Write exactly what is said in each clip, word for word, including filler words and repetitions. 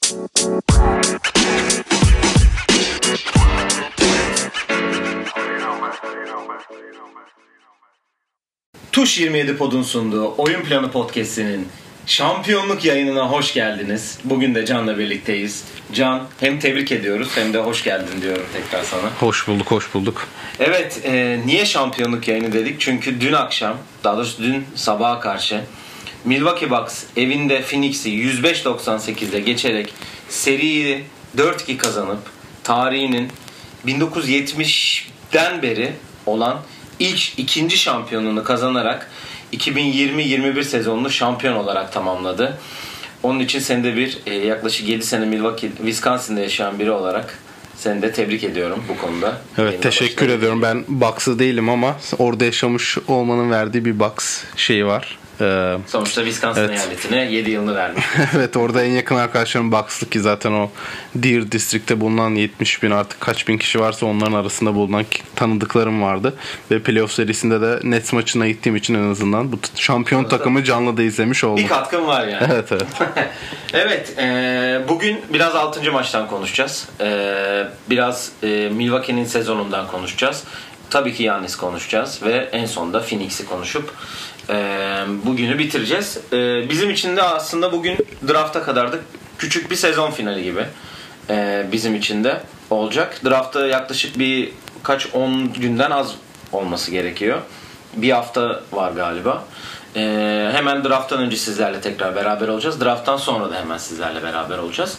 Tuş yirmi yedi Pod'un sunduğu Oyun Planı Podcast'inin şampiyonluk yayınına hoş geldiniz. Bugün de Can'la birlikteyiz. Can, hem tebrik ediyoruz hem de hoş geldin diyorum tekrar sana. Hoş bulduk, hoş bulduk. Evet, e, niye şampiyonluk yayını dedik? Çünkü dün akşam, daha doğrusu dün sabaha karşı Milwaukee Bucks evinde Phoenix'i yüz beş doksan sekiz'e geçerek seriyi dört iki kazanıp tarihinin bin dokuz yüz yetmiş'ten beri olan ilk ikinci şampiyonluğunu kazanarak iki bin yirmi yirmi bir sezonunu şampiyon olarak tamamladı. Onun için seni de bir e, yaklaşık yedi sene Milwaukee, Wisconsin'de yaşayan biri olarak seni de tebrik ediyorum bu konuda. Evet, Yeni teşekkür ediyorum. Ben Bucks'ı değilim ama orada yaşamış olmanın verdiği bir Bucks şeyi var. Ee, Sonuçta Wisconsin evet. eyaletine yedi yılını vermiş. Evet, orada en yakın arkadaşlarım Bucks'lı ki zaten o Deer District'te bulunan yetmiş bin artık kaç bin kişi varsa onların arasında bulunan tanıdıklarım vardı. Ve playoff serisinde de Nets maçına gittiğim için en azından bu şampiyon evet, takımı canlı da izlemiş oldum. Bir katkım var yani. Evet evet. Evet, e, bugün biraz altıncı maçtan konuşacağız. E, biraz e, Milwaukee'nin sezonundan konuşacağız. Tabii ki Giannis konuşacağız ve en sonunda Phoenix'i konuşup Ee, bugünü bitireceğiz. Ee, bizim için de aslında bugün drafta kadar da küçük bir sezon finali gibi ee, bizim için de olacak. Drafta yaklaşık bir kaç on günden az olması gerekiyor. Bir hafta var galiba. Ee, hemen drafttan önce sizlerle tekrar beraber olacağız. Drafttan sonra da hemen sizlerle beraber olacağız.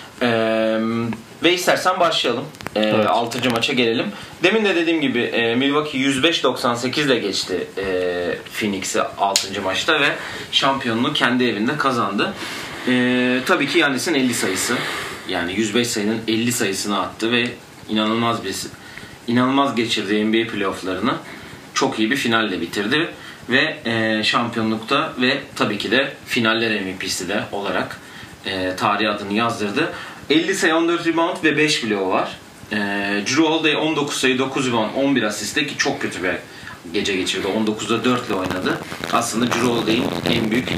Ee, ve istersen başlayalım. Ee, evet. altıncı maça gelelim. Demin de dediğim gibi e, Milwaukee yüz beş doksan sekiz ile geçti e, Phoenix'i altıncı maçta ve şampiyonluğu kendi evinde kazandı. E, tabii ki Giannis'in elli sayısı. Yani yüz beş sayının elli sayısını attı ve inanılmaz bir inanılmaz geçirdiği N B A playoff'larını çok iyi bir finalle bitirdi ve e, şampiyonlukta ve tabii ki de finaller M V P'si de olarak e, tarih adını yazdırdı. elli sayı, on dört rebound ve beş bloğu var. E, Jrue Holiday on dokuz sayı, dokuz rebound, on bir asiste ki çok kötü bir gece geçirdi. on dokuzda dört ile oynadı. Aslında Jrue Holiday'in en büyük e,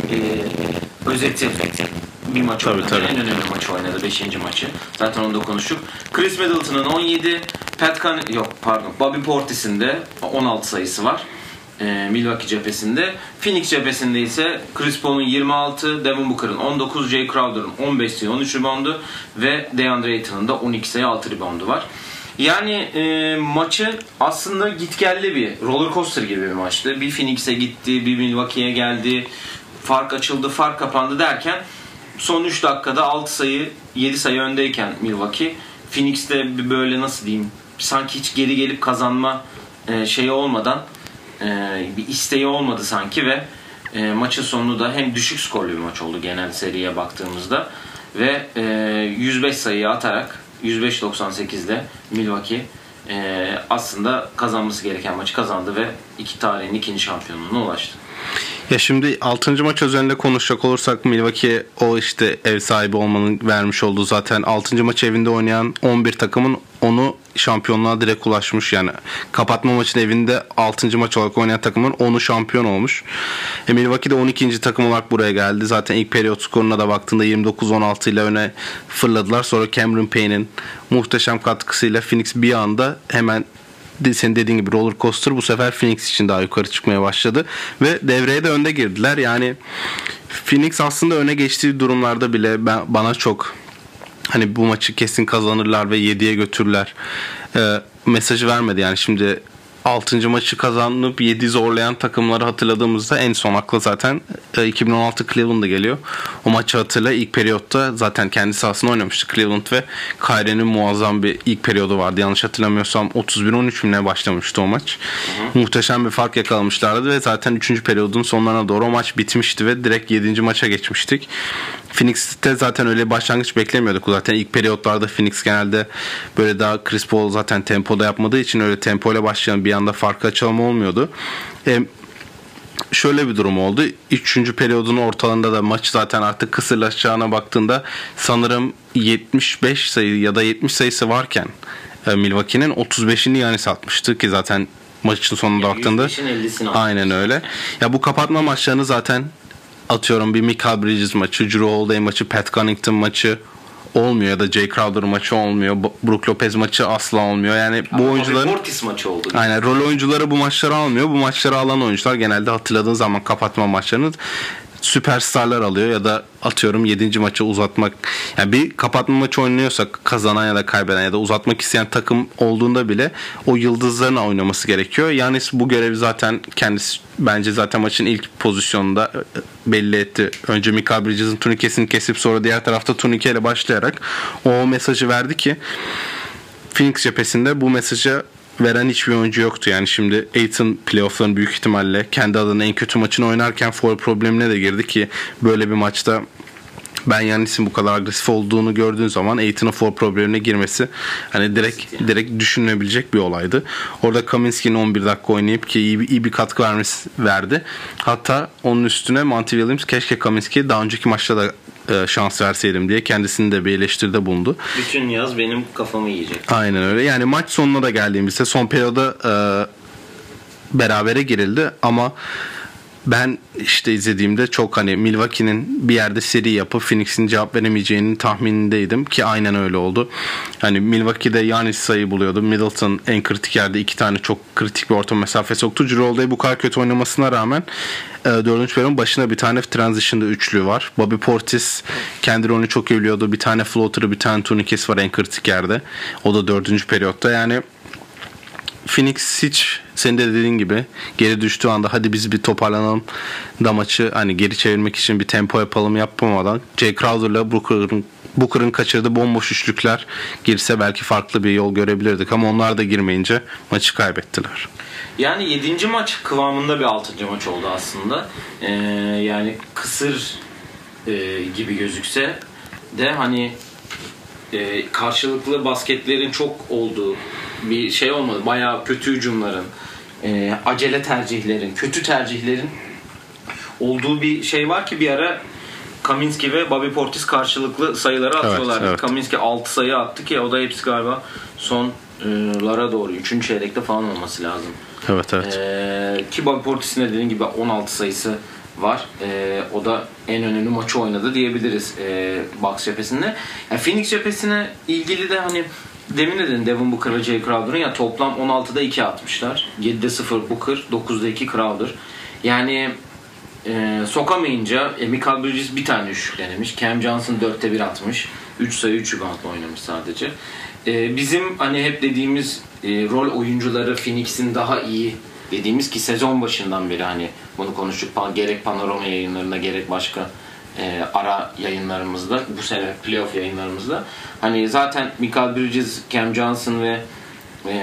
özeti bir maç tabii, oynadı. Tabii. En önemli maçı oynadı. beşinci maçı. Zaten onu da konuştuk. Chris Middleton'ın on yedi, Pat Can- yok pardon, Bobby Portis'in de on altı sayısı var. Milwaukee cephesinde. Phoenix cephesinde ise Chris Paul'un yirmi altı, Devin Booker'ın on dokuz, Jay Crowder'ın on beş sayı, on üç reboundu ve DeAndre Ayton'un da on iki sayı, altı reboundu var. Yani e, maçı aslında gitgelli bir roller coaster gibi bir maçtı. Bir Phoenix'e gitti, bir Milwaukee'ye geldi. Fark açıldı, fark kapandı derken son üç dakikada altı sayı, yedi sayı öndeyken Milwaukee, Phoenix'te bir böyle nasıl diyeyim, sanki hiç geri gelip kazanma e, şeyi olmadan Ee, bir isteği olmadı sanki ve e, maçın sonunu da hem düşük skorlu bir maç oldu genel seriye baktığımızda ve e, yüz beş sayıyı atarak yüz beş doksan sekiz'de Milwaukee e, aslında kazanması gereken maçı kazandı ve iki tarihin ikinci şampiyonluğuna ulaştı. Ya şimdi altıncı maç üzerinde konuşacak olursak Milwaukee o işte ev sahibi olmanın vermiş olduğu zaten altıncı maç evinde oynayan on bir takımın onu şampiyonluğa direkt ulaşmış. Yani kapatma maçın evinde altıncı maç olarak oynayan takımın onu şampiyon olmuş. E Milwaukee de on ikinci takım olarak buraya geldi. Zaten ilk periyot skoruna da baktığında yirmi dokuz on altı ile öne fırladılar. Sonra Cameron Payne'in muhteşem katkısıyla Phoenix bir anda hemen senin dediğin gibi roller coaster bu sefer Phoenix için daha yukarı çıkmaya başladı ve devreye de önde girdiler. Yani Phoenix aslında öne geçtiği durumlarda bile ben, bana çok hani bu maçı kesin kazanırlar ve yediye götürürler e, mesajı vermedi. Yani şimdi altıncı maçı kazanıp yedi zorlayan takımları hatırladığımızda en son akla zaten iki bin on altı Cleveland'da geliyor. O maçı hatırla, ilk periyotta zaten kendi sahasında oynamıştı Cleveland ve Kyrie'nin muazzam bir ilk periyodu vardı. Yanlış hatırlamıyorsam otuz bir on üç bine başlamıştı o maç. Hı hı. Muhteşem bir fark yakalamışlardı ve zaten üçüncü periyodun sonlarına doğru o maç bitmişti ve direkt yedinci maça geçmiştik. Phoenix'te zaten öyle başlangıç beklemiyorduk. Zaten ilk periyotlarda Phoenix genelde böyle daha Chris Paul zaten tempoda yapmadığı için öyle tempoyla başlayan bir anda farkı açalım olmuyordu. E, şöyle bir durum oldu. Üçüncü periyodun ortalarında da maç zaten artık kısırlaşacağına baktığında sanırım yetmiş beş sayı ya da yetmiş sayısı varken e, Milwaukee'nin otuz beşini Giannis atmıştı ki zaten maçın sonunda yani baktığında aynen öyle. Ya bu kapatma maçlarını zaten atıyorum bir Mikal Bridges maçı, Jrue Holiday maçı, Pat Connaughton maçı, olmuyor ya da Jay Crowder maçı olmuyor. Brook Lopez maçı asla olmuyor. Yani bu Ama oyuncuların Portis maçı oldu. Aynen, rol oyuncuları bu maçları almıyor. Bu maçları alan oyuncular genelde hatırladığın zaman kapatma maçlarını süperstarlar alıyor ya da atıyorum yedinci maçı uzatmak, yani bir kapatma maçı oynuyorsa kazanan ya da kaybeden ya da uzatmak isteyen takım olduğunda bile o yıldızların oynaması gerekiyor. Yani bu görevi zaten kendisi bence zaten maçın ilk pozisyonunda belli etti. Önce Mikal Bridges'in turnikesini kesip sonra diğer tarafta turnikeyle başlayarak o mesajı verdi ki Phoenix cephesinde bu mesajı veren hiçbir oyuncu yoktu. Yani şimdi Ayton playoff'ların büyük ihtimalle kendi adına en kötü maçını oynarken foul problemine de girdi ki böyle bir maçta ben Giannis'in bu kadar agresif olduğunu gördüğün zaman Ayton'un foul problemine girmesi hani direkt yani. direkt düşünülebilecek bir olaydı. Orada Kaminsky'nin on bir dakika oynayıp ki iyi bir, iyi bir katkı vermesi verdi. Hatta onun üstüne Monty Williams keşke Kaminsky'ye daha önceki maçta da şans verseydim diye kendisini de bir eleştiride bulundu. Bütün yaz benim kafamı yiyecek. Aynen öyle. Yani maç sonuna da geldiğimizde son periyoda e, berabere girildi ama ben işte izlediğimde çok hani Milwaukee'nin bir yerde seri yapıp Phoenix'in cevap veremeyeceğinin tahminindeydim ki aynen öyle oldu. Hani Milwaukee'de Giannis sayı buluyordu. Middleton en kritik yerde iki tane çok kritik bir orta mesafe soktu. Jrue Holiday bu kadar kötü oynamasına rağmen dördüncü periyodun başına bir tane transition'da üçlü var. Bobby Portis kendi rolünü çok iyi biliyordu. Bir tane floater'ı, bir tane turnikesi var en kritik yerde. O da dördüncü periyotta. Yani Phoenix hiç senin de dediğin gibi geri düştüğü anda hadi biz bir toparlanalım da maçı hani geri çevirmek için bir tempo yapalım yapamadan Jay Crowder'la Booker'ın Booker'ın kaçırdığı bomboş üçlükler girse belki farklı bir yol görebilirdik ama onlar da girmeyince maçı kaybettiler. Yani yedinci maç kıvamında bir altıncı maç oldu aslında. Ee, yani kısır e, gibi gözükse de hani e, karşılıklı basketlerin çok olduğu bir şey olmadı. Bayağı kötü hücumların, e, acele tercihlerin, kötü tercihlerin olduğu bir şey var ki bir ara Kaminsky ve Bobby Portis karşılıklı sayıları atıyorlardı. Evet, evet. Kaminsky altı sayı attı ki o da hepsi galiba sonlara doğru üçüncü çeyrekte falan olması lazım. Evet evet. Ee, ki Bobby Portis'in de dediğim gibi on altı sayısı var. Ee, o da en önemli maçı oynadı diyebiliriz e, Bucks cephesinde. Yani Phoenix cephesine ilgili de hani demin dedin Devin Booker ve Jay Crowder'ın ya toplam on altıda iki atmışlar. yedide sıfır Booker, dokuzda iki Crowder. Yani e, sokamayınca e, Mikal Bridges bir tane üçlük denemiş. Cam Johnson dörtte bir atmış. üç sayı üç reboundla oynamış sadece. E, bizim hani hep dediğimiz e, rol oyuncuları Phoenix'in daha iyi dediğimiz ki sezon başından beri hani bunu konuştuk gerek panorama yayınlarında gerek başka e, ara yayınlarımızda bu sene playoff yayınlarımızda hani zaten Mikal Bridges, Cam Johnson ve e,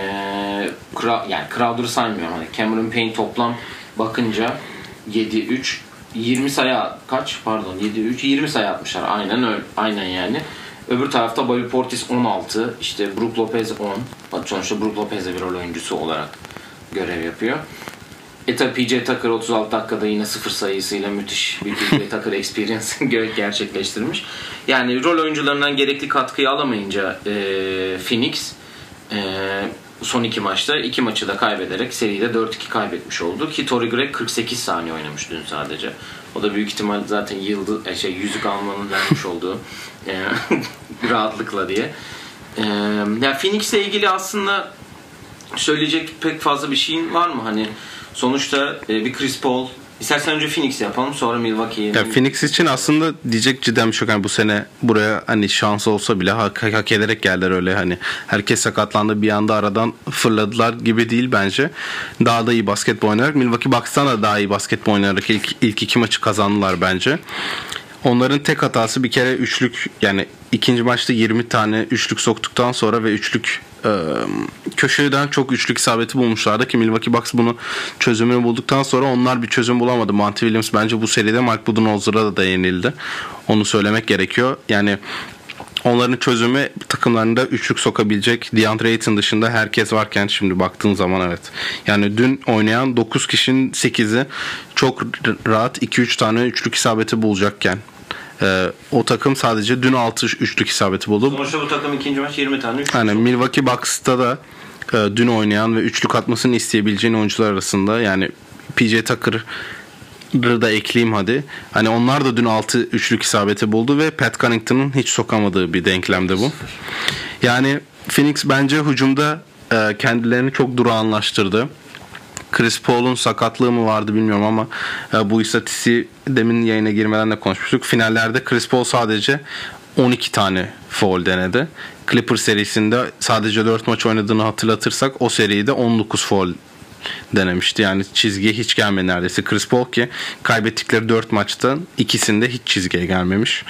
Kra- yani Crowder'ı saymıyorum hani Cameron Payne toplam bakınca yedi üç yirmi sayı kaç pardon yedi üç yirmi sayı atmışlar aynen öyle aynen yani. Öbür tarafta Bobby Portis on altı, işte Brook Lopez on. Sonuçta Brook Lopez de bir rol oyuncusu olarak görev yapıyor. E tabi P J Tucker otuz altı dakikada yine sıfır sayısıyla müthiş bir P J Tucker experience gerçekleştirmiş. Yani rol oyuncularından gerekli katkıyı alamayınca e, Phoenix e, son iki maçta iki maçı da kaybederek seride dört iki kaybetmiş oldu. Ki Torrey Craig kırk sekiz saniye oynamış dün sadece. O da büyük ihtimal zaten yıldı, şey, yüzük almanın vermiş olduğu e, rahatlıkla diye. E, yani Phoenix'le ilgili aslında söyleyecek pek fazla bir şeyin var mı? Hani sonuçta e, bir Chris Paul. İstersen önce Phoenix yapalım sonra Milwaukee'ye. Ya Phoenix için aslında diyecek cidden bir şey yok. Yani bu sene buraya hani şans olsa bile hak, hak ederek geldiler öyle hani. Herkes sakatlandı bir anda aradan fırladılar gibi değil bence. Daha da iyi basketbol oynayarak Milwaukee Bucks'tan da daha iyi basketbol oynayarak ilk, ilk iki maçı kazandılar bence. Onların tek hatası bir kere üçlük yani ikinci maçta yirmi tane üçlük soktuktan sonra ve üçlük e, köşeden çok üçlük isabeti bulmuşlardı ki Milwaukee Bucks bunu çözümünü bulduktan sonra onlar bir çözüm bulamadı. Monty Williams bence bu seride Mike Budenholzer'a da yenildi. Onu söylemek gerekiyor. Yani onların çözümü takımlarında üçlük sokabilecek DeAndre Ayton dışında herkes varken şimdi baktığın zaman evet. Yani dün oynayan dokuz kişinin sekizi çok rahat iki üç tane üçlük isabeti bulacakken Ee, o takım sadece dün altı üçlük isabeti buldu. Sonuçta bu takım ikinci maç yirmi tane üçlük. Yani Milwaukee Bucks'ta da e, dün oynayan ve üçlük atmasını isteyebileceğin oyuncular arasında yani P J Tucker da ekleyeyim hadi. Hani onlar da dün altı üçlük isabeti buldu ve Pat Connaughton'un hiç sokamadığı bir denklemde bu. Yani Phoenix bence hücumda e, kendilerini çok durağanlaştırdı. Chris Paul'un sakatlığı mı vardı bilmiyorum ama e, bu istatistiği demin yayına girmeden de konuşmuştuk. Finallerde Chris Paul sadece on iki tane foul denedi. Clippers serisinde sadece dört maç oynadığını hatırlatırsak o seride on dokuz foul denemişti. Yani çizgiye hiç gelmedi neredeyse. Chris Paul ki kaybettikleri dört maçtan ikisinde hiç çizgiye gelmemiş.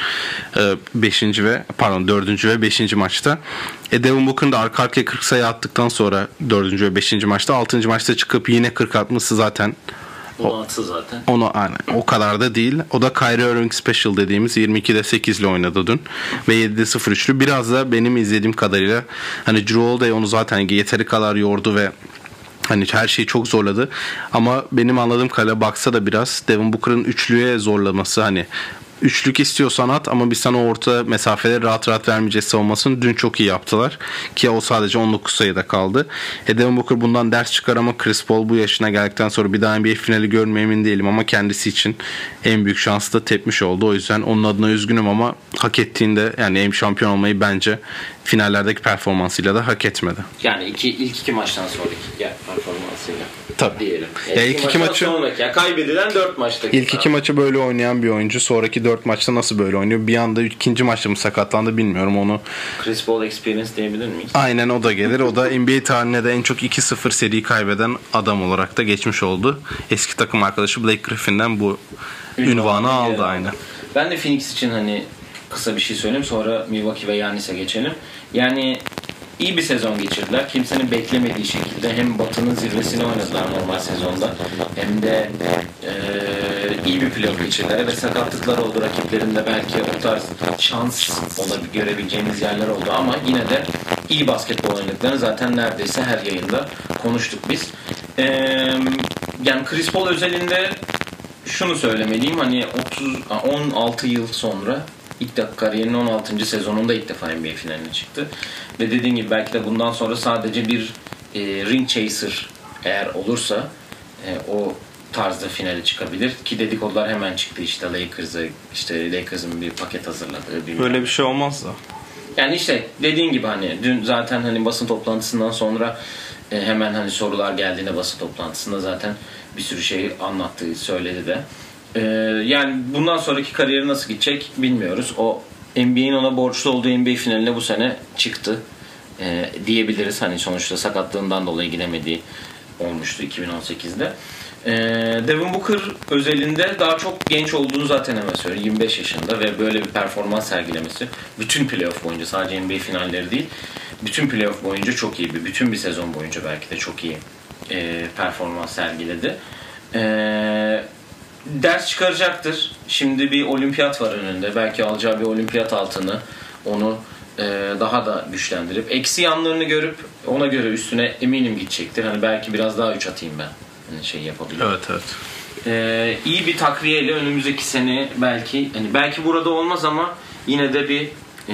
beşinci ve pardon dördüncü ve beşinci maçta. E Devin Booker'ın da arka arkaya kırk sayı attıktan sonra dördüncü ve beşinci maçta altıncı maçta çıkıp yine kırk atması zaten onu atsı zaten. Onu yani, o kadar da değil. O da Kyrie Irving Special dediğimiz yirmi ikide sekiz ile oynadı dün. Ve yedide sıfır üçlü. Biraz da benim izlediğim kadarıyla hani Jrue Holiday onu zaten yeteri kadar yordu ve hani her şeyi çok zorladı. Ama benim anladığım kadarıyla baksa da biraz Devin Booker'ın üçlüye zorlaması hani üçlük istiyorsan at ama biz sana orta mesafeleri rahat rahat vermeyeceğiz savunmasını dün çok iyi yaptılar. Ki o sadece on dokuz sayıda kaldı. E Devin Booker bundan ders çıkar ama Chris Paul bu yaşına geldikten sonra bir daha N B A finali görmeye emin değilim ama kendisi için en büyük şansı da tepmiş oldu. O yüzden onun adına üzgünüm ama hak ettiğinde yani hem şampiyon olmayı bence finallerdeki performansıyla da hak etmedi. Yani iki, ilk iki maçtan sonraki performansıyla. Tabii. Diyelim. Ya ilk iki maçı sonraki, yani kaybedilen dört maçtaki. İlk iki maçı böyle oynayan bir oyuncu sonraki dört maçta nasıl böyle oynuyor? Bir anda ikinci maçta mı sakatlandı bilmiyorum onu. Chris Paul experience diyebilir miyiz? Aynen o da gelir. O da N B A tarihine de en çok iki sıfır seri kaybeden adam olarak da geçmiş oldu. Eski takım arkadaşı Blake Griffin'den bu ünvanı, ünvanı aldı aynen. Ben de Phoenix için hani kısa bir şey söyleyeyim sonra Milwaukee ve Giannis'e geçelim. Yani iyi bir sezon geçirdiler. Kimsenin beklemediği şekilde hem Batı'nın zirvesini oynadılar normal sezonda hem de e, iyi bir playoff geçirdiler ve sakatlıklar oldu rakiplerinde belki o tarz şans olabilir, görebileceğimiz yerler oldu ama yine de iyi basketbol oynadıklarını zaten neredeyse her yayında konuştuk biz. E, yani Chris Paul özelinde şunu söylemeliyim hani otuz on altı yıl sonra İlk defa kariyerinin on altıncı sezonunda ilk defa N B A finaline çıktı. Ve dediğim gibi belki de bundan sonra sadece bir e, ring chaser eğer olursa e, o tarzda finale çıkabilir. Ki dedikodular hemen çıktı işte Lakers'a işte Lakers'ın bir paket hazırladığı. Bilmiyorum. Böyle bir şey olmaz da. Yani işte dediğin gibi hani dün zaten hani basın toplantısından sonra e, hemen hani sorular geldiğinde basın toplantısında zaten bir sürü şey anlattığı söyledi de. Ee, yani bundan sonraki kariyeri nasıl gidecek bilmiyoruz. O N B A'nin ona borçlu olduğu N B A finaline bu sene çıktı ee, diyebiliriz. Hani sonuçta sakatlığından dolayı gidemediği olmuştu iki bin on sekizde. Ee, Devin Booker özelinde daha çok genç olduğunu zaten hemen söylüyor. yirmi beş yaşında ve böyle bir performans sergilemesi. Bütün playoff boyunca sadece N B A finalleri değil. Bütün playoff boyunca çok iyi bir, bütün bir sezon boyunca belki de çok iyi e, performans sergiledi. Eee ders çıkaracaktır. Şimdi bir olimpiyat var önünde. Belki alacağı bir olimpiyat altını onu e, daha da güçlendirip eksi yanlarını görüp ona göre üstüne eminim gidecektir. Hani belki biraz daha üç atayım ben. Hani şey yapabilir. Evet evet. E, iyi bir takviyeyle önümüzdeki sene belki hani belki burada olmaz ama yine de bir e,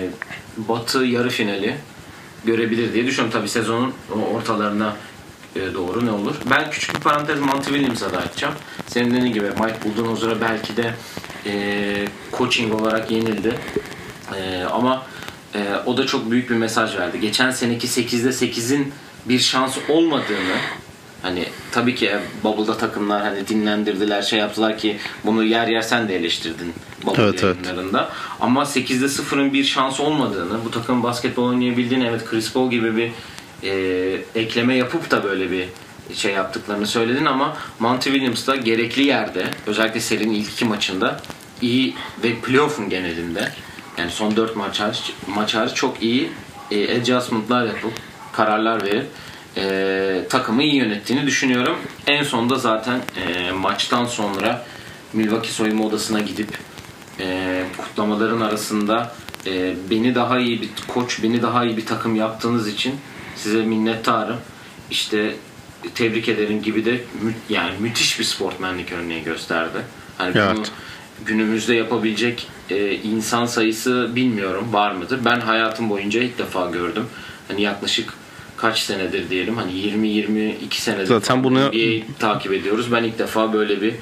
Batı yarı finali görebilir diye düşünüyorum. Tabii sezonun ortalarına doğru ne olur. Ben küçük bir parantez Monty Williams'a da açacağım. Senin dediğin gibi Mike Budenholzer'a belki de e, coaching olarak yenildi. E, ama e, o da çok büyük bir mesaj verdi. Geçen seneki sekizde sekizin bir şans olmadığını hani tabii ki Bubble'da takımlar hani dinlendirdiler şey yaptılar ki bunu yer yer sen de eleştirdin Bubble evet, yayınlarında. Evet. Ama sekizde sıfırın bir şans olmadığını bu takım basketbol oynayabildiğini evet Chris Paul gibi bir Ee, ekleme yapıp da böyle bir şey yaptıklarını söyledin ama Monty Williams da gerekli yerde özellikle serinin ilk iki maçında iyi ve playoff'un genelinde yani son dört maç hariç, maç hariç çok iyi e, adjustment'lar yapıp kararlar verip e, takımı iyi yönettiğini düşünüyorum. En sonunda zaten e, maçtan sonra Milwaukee soyunma odasına gidip e, kutlamaların arasında e, beni daha iyi bir koç, beni daha iyi bir takım yaptığınız için size minnettarım. İşte tebrik ederim gibi de mü- yani müthiş bir sportmenlik örneği gösterdi. Hani evet. Bunu günümüzde yapabilecek e, insan sayısı bilmiyorum var mıdır? Ben hayatım boyunca ilk defa gördüm. Hani yaklaşık kaç senedir diyelim hani yirmi yirmi iki senedir zaten bunu N B A'yi takip ediyoruz. Ben ilk defa böyle bir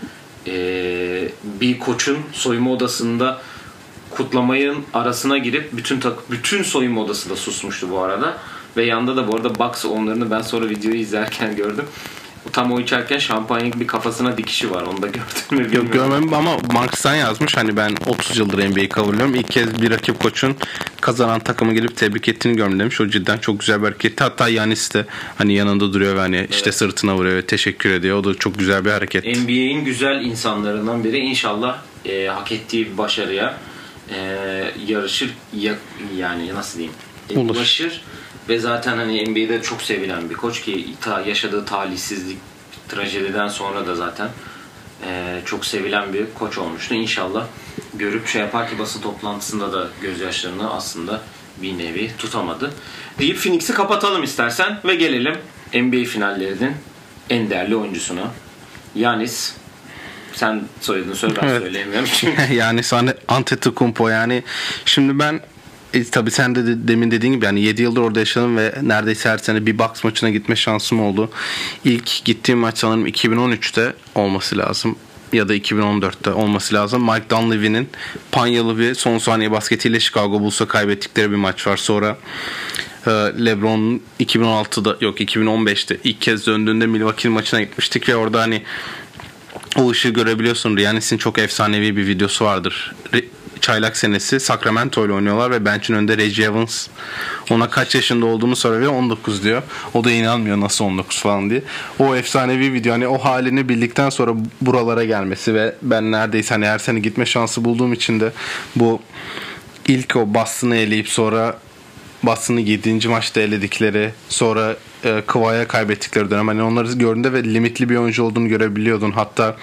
Ee, bir koçun soyunma odasında kutlamayın arasına girip bütün tak bütün soyunma odası da susmuştu bu arada. Ve yanda da bu arada Bucks onlarını ben sonra videoyu izlerken gördüm. Tam o içerken şampanya bir kafasına dikişi var. Onu da gördün mü? Yok görmedim ama Marks'tan yazmış. Hani ben otuz yıldır N B A'yi coverlıyorum. İlk kez bir rakip koçun kazanan takımı gelip tebrik ettiğini görmedim demiş. O cidden çok güzel bir hareket. Hatta Giannis de hani yanında duruyor ve hani evet. işte sırtına vuruyor ve teşekkür ediyor. O da çok güzel bir hareket. N B A'in güzel insanlarından biri. İnşallah e, hak ettiği bir başarıya e, yarışır. Ya, yani nasıl diyeyim? E, ulaşır. Ve zaten hani N B A'de çok sevilen bir koç ki ta, yaşadığı talihsizlik trajediden sonra da zaten e, çok sevilen bir koç olmuştu. İnşallah görüp şey yapar ki basın toplantısında da gözyaşlarını aslında bir nevi tutamadı. Deyip Phoenix'i kapatalım istersen ve gelelim N B A finallerinin en değerli oyuncusuna. Giannis. Sen soyadını söyle, ben evet. söyleyemiyorum çünkü. Giannis Antetokounmpo yani şimdi ben E, tabii sen de, de demin dediğin gibi yani yedi yıldır orada yaşadım ve neredeyse her sene bir Bucks maçına gitme şansım oldu. İlk gittiğim maç sanırım iki bin on üçte olması lazım ya da iki bin on dörtte olması lazım. Mike Dunleavy'nin panyalı bir son saniye basketiyle Chicago Bulls'a kaybettikleri bir maç var. Sonra e, LeBron'un iki bin on altıda yok iki bin on beşte ilk kez döndüğünde Milwaukee maçına gitmiştik ve orada hani o ışığı görebiliyorsun. Giannis'in çok efsanevi bir videosu vardır. Çaylak senesi Sacramento ile oynuyorlar ve bench'in önünde Reggie Evans ona kaç yaşında olduğunu soruyor ve on dokuz diyor. O da inanmıyor nasıl on dokuz falan diye. O efsanevi video hani o halini bildikten sonra buralara gelmesi ve ben neredeyse hani her sene gitme şansı bulduğum için de bu ilk o Boston'ı eleyip sonra Boston'ı yedinci maçta eledikleri sonra e, Kıvay'a kaybettikleri dönem hani onları gördüğünde ve limitli bir oyuncu olduğunu görebiliyordun. Hatta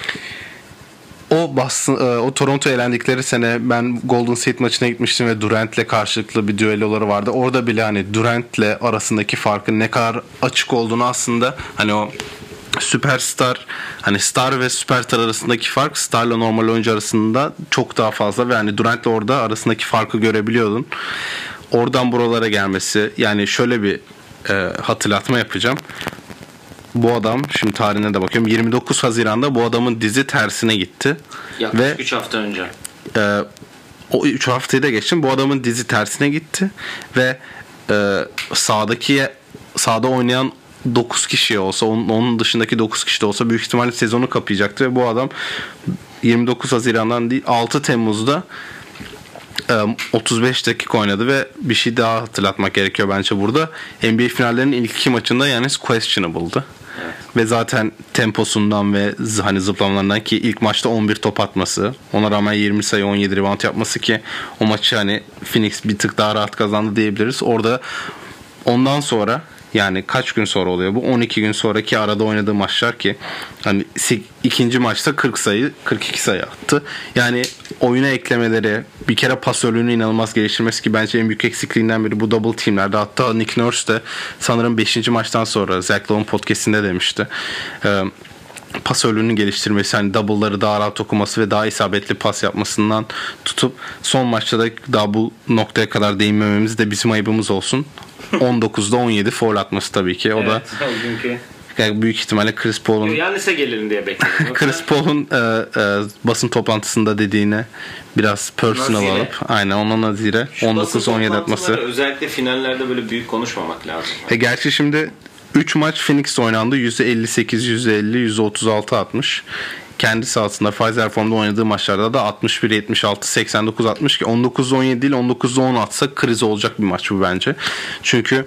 O Boston, o Toronto elendikleri sene ben Golden State maçına gitmiştim ve Durant'le karşılıklı bir düelloları vardı. Orada bile hani Durant'le arasındaki farkın ne kadar açık olduğunu aslında hani o süperstar hani star ve süperstar arasındaki fark starla normal oyuncu arasında çok daha fazla ve hani Durant'le orada arasındaki farkı görebiliyordun. Oradan buralara gelmesi yani şöyle bir e, hatırlatma yapacağım. Bu adam şimdi tarihine de bakıyorum yirmi dokuz Haziran'da bu adamın dizi tersine gitti. Yaklaşık üç hafta önce. E, o üç haftayı da geçtim. Bu adamın dizi tersine gitti ve e, sahadaki sahada oynayan dokuz kişi olsa onun, onun dışındaki dokuz kişi de olsa büyük ihtimalle sezonu kapayacaktı ve bu adam yirmi dokuz Haziran'dan değil altı Temmuz'da otuz beş dakika oynadı ve bir şey daha hatırlatmak gerekiyor bence burada. N B A finallerinin ilk iki maçında yani questionable'dı. Evet. Ve zaten temposundan ve hani zıplamalarından ki ilk maçta on bir top atması, ona rağmen yirmi sayı on yedi rebound yapması ki o maçı hani Phoenix bir tık daha rahat kazandı diyebiliriz. Orada ondan sonra yani kaç gün sonra oluyor bu? on iki gün sonraki arada oynadığı maçlar ki hani ikinci maçta kırk sayı, kırk iki sayı attı. Yani oyuna eklemeleri, bir kere pasörlüğünü inanılmaz geliştirmesi ki bence en büyük eksikliğinden biri bu double teamlerde. Hatta Nick Nurse de sanırım beşinci maçtan sonra Zach Lowe'un podcast'inde demişti. Ee, pasörlüğünü geliştirmesi, hani double'ları daha rahat okuması ve daha isabetli pas yapmasından tutup son maçta da daha bu noktaya kadar değinmememiz de bizim ayıbımız olsun. on dokuzda on yedi foul atması tabii ki. O evet, da bugünkü yani büyük ihtimalle Chris Paul'un Giannis'e gelelim diye bekliyorum. Chris Paul'un e, e, basın toplantısında dediğine biraz personal nazire alıp aynen ona nazire on dokuz on yedi atması. Özellikle finallerde böyle büyük konuşmamak lazım. E, gerçi şimdi üç maç Phoenix oynandı. yüzde elli sekiz, yüzde elli, yüzde otuz altı atmış. Kendi sahasında Pfizer Form'da oynadığı maçlarda da altmış bir yetmiş altı seksen dokuz altmış ki on dokuz on yedi değil on dokuz on atsa kriz olacak bir maç bu bence. Çünkü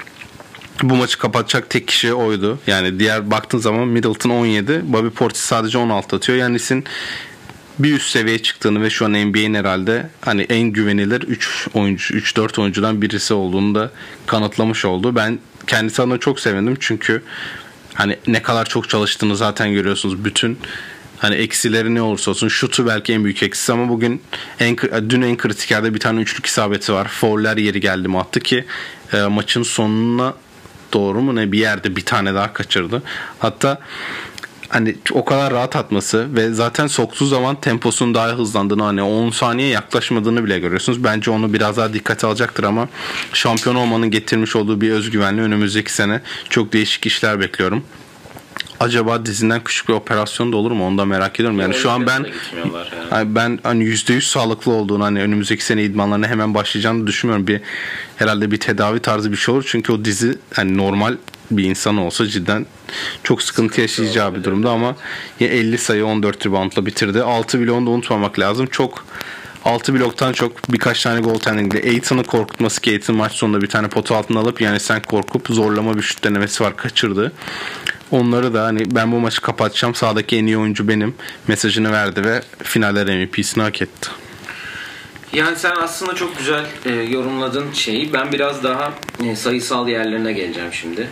bu maçı kapatacak tek kişi oydu. Yani diğer baktığın zaman Middleton on yedi, Bobby Portis sadece on altı atıyor. Yani Yanis'in bir üst seviyeye çıktığını ve şu an N B A'in herhalde hani en güvenilir üç oyuncu, üç dört oyuncudan birisi olduğunu da kanıtlamış oldu. Ben kendisi adına çok sevindim çünkü hani ne kadar çok çalıştığını zaten görüyorsunuz. Bütün hani eksileri ne olursa olsun şutu belki en büyük eksisi ama bugün en, dün en kritik yerde bir tane üçlük isabeti var. Fauller yeri geldi mi attı ki e, maçın sonuna doğru mu ne bir yerde bir tane daha kaçırdı. Hatta hani o kadar rahat atması ve zaten soktuğu zaman temposunun daha hızlandığını hani on saniye yaklaşmadığını bile görüyorsunuz. Bence onu biraz daha dikkate alacaktır ama şampiyon olmanın getirmiş olduğu bir özgüvenle önümüzdeki sene çok değişik işler bekliyorum. acaba dizinden küçük bir operasyon da olur mu? Onu da merak ediyorum. Yani şu an ben yani. yani ben hani yüzde yüz sağlıklı olduğunu, hani önümüzdeki sene idmanlarına hemen başlayacağını düşünmüyorum. Bir herhalde bir tedavi tarzı bir şey olur. Çünkü o dizi hani normal bir insan olsa cidden çok sıkıntı, sıkıntı yaşayacağı bir durumda ama elli sayı on dört reboundla bitirdi. altı bloğunu da unutmamak lazım. Çok altı bloktan çok birkaç tane goaltending'de Aiton'u korkutması ki Aiton maç sonunda bir tane potu altına alıp yani sen korkup zorlama bir şut denemesi var, kaçırdı. Onları da hani ben bu maçı kapatacağım, sahadaki en iyi oyuncu benim mesajını verdi ve finaller M V P'sini hak etti. Yani sen aslında çok güzel e, yorumladın şeyi. Ben biraz daha e, sayısal yerlerine geleceğim şimdi.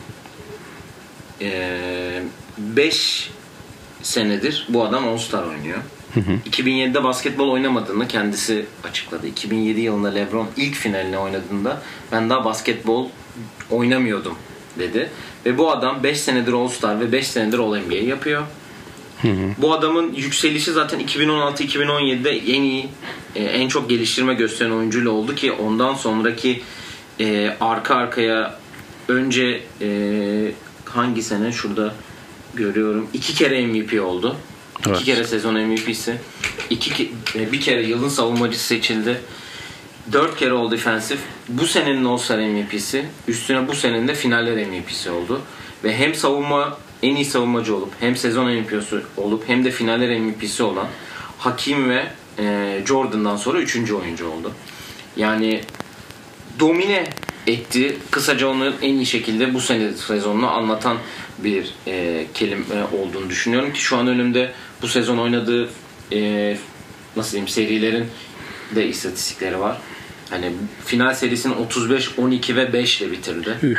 beş e, senedir bu adam All-Star oynuyor. Hı hı. iki bin yedide basketbol oynamadığını kendisi açıkladı. iki bin yedi yılında LeBron ilk finalini oynadığında ben daha basketbol oynamıyordum dedi. Ve bu adam beş senedir All-Star ve beş senedir All-N B A yapıyor. Hı hı. Bu adamın yükselişi zaten iki bin on altı iki bin on yedide en iyi, en çok geliştirme gösteren oyuncuyla oldu ki ondan sonraki e, arka arkaya önce e, hangi sene şurada görüyorum iki kere M V P oldu. Evet. İki kere sezon M V P'si. İki, bir kere yılın savunmacısı seçildi. Dört kere oldu defensif. Bu senenin All-Star M V P'si. Üstüne bu senenin de finaller M V P'si oldu. Ve hem savunma en iyi savunmacı olup hem sezon M V P'si olup hem de finaller M V P'si olan Hakim ve e, Jordan'dan sonra üçüncü oyuncu oldu. Yani domine etti. Kısaca onu en iyi şekilde bu sene sezonunu anlatan bir e, kelime olduğunu düşünüyorum ki şu an önümde bu sezon oynadığı e, nasıl diyeyim serilerin de istatistikleri var. Hani final serisini otuz beş on iki ve beş ile bitirdi.